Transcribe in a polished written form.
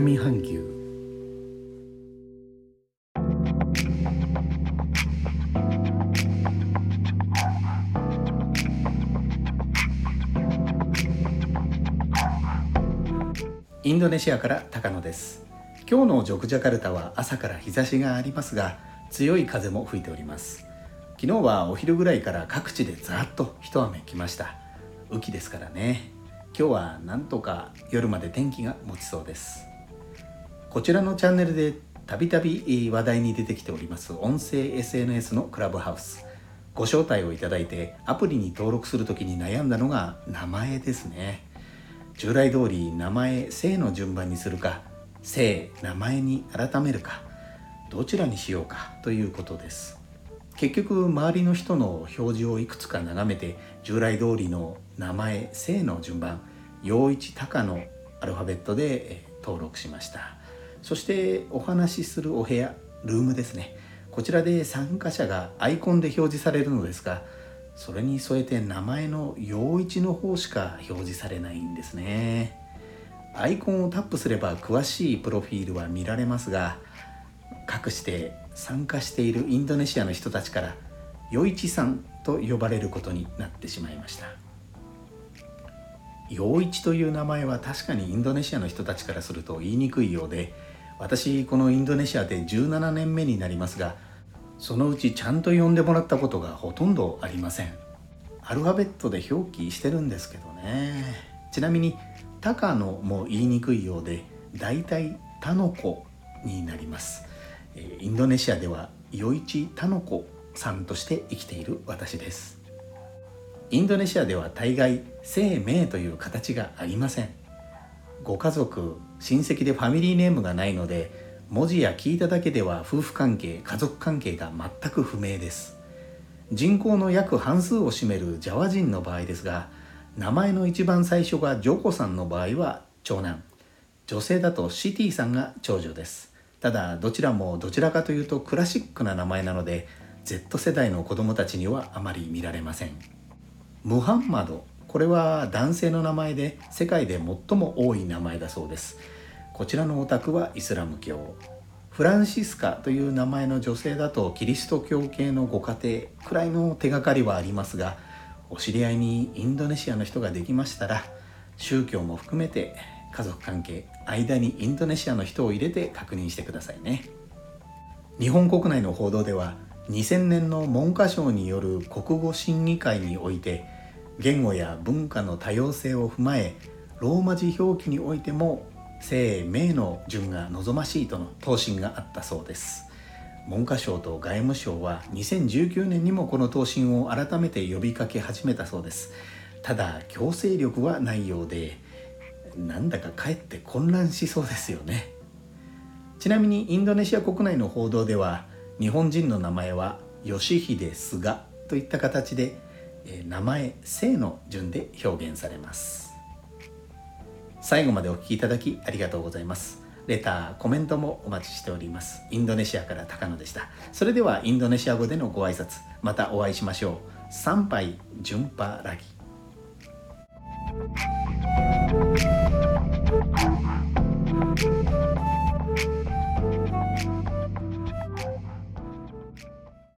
南半球。インドネシアから高野です。今日のジョクジャカルタは朝から日差しがありますが、強い風も吹いております。昨日はお昼ぐらいから各地でざっと一雨来ました。雨季ですからね。今日はなんとか夜まで天気が持ちそうです。こちらのチャンネルでたびたび話題に出てきております音声 SNS のクラブハウス、ご招待をいただいてアプリに登録するときに悩んだのが名前ですね。従来通り名前姓の順番にするか、姓名前に改めるか、どちらにしようかということです。結局周りの人の表示をいくつか眺めて、従来通りの名前姓の順番、陽一高のアルファベットで登録しました。そしてお話しするお部屋、ルームですね、こちらで参加者がアイコンで表示されるのですが、それに添えて名前の陽一の方しか表示されないんですね。アイコンをタップすれば詳しいプロフィールは見られますが、かくして参加しているインドネシアの人たちから陽一さんと呼ばれることになってしまいました。陽一という名前は確かにインドネシアの人たちからすると言いにくいようで、私このインドネシアで17年目になりますが、そのうちちゃんと呼んでもらったことがほとんどありません。アルファベットで表記してるんですけどね。ちなみに高野も言いにくいようで、だいたいタノコになります。インドネシアではヨイチタノコさんとして生きている私です。インドネシアでは大概姓名という形がありません。ご家族親戚でファミリーネームがないので、文字や聞いただけでは夫婦関係家族関係が全く不明です。人口の約半数を占めるジャワ人の場合ですが、名前の一番最初がジョコさんの場合は長男、女性だとシティさんが長女です。ただどちらもどちらかというとクラシックな名前なので、 Z 世代の子どもたちにはあまり見られません。ムハンマド、これは男性の名前で世界で最も多い名前だそうです。こちらのお宅はイスラム教。フランシスカという名前の女性だとキリスト教系のご家庭くらいの手がかりはありますが、お知り合いにインドネシアの人ができましたら、宗教も含めて家族関係、間にインドネシアの人を入れて確認してくださいね。日本国内の報道では、2000年の文科省による国語審議会において、言語や文化の多様性を踏まえ、ローマ字表記においても姓名の順が望ましいとの答申があったそうです。文科省と外務省は2019年にもこの答申を改めて呼びかけ始めたそうです。ただ強制力はないようで、なんだかかえって混乱しそうですよね。ちなみにインドネシア国内の報道では、日本人の名前は義秀菅といった形で名前姓の順で表現されます。最後までお聞きいただきありがとうございます。レター、コメントもお待ちしております。インドネシアから高野でした。それではインドネシア語でのご挨拶、またお会いしましょう。サンパイジュンパラギ。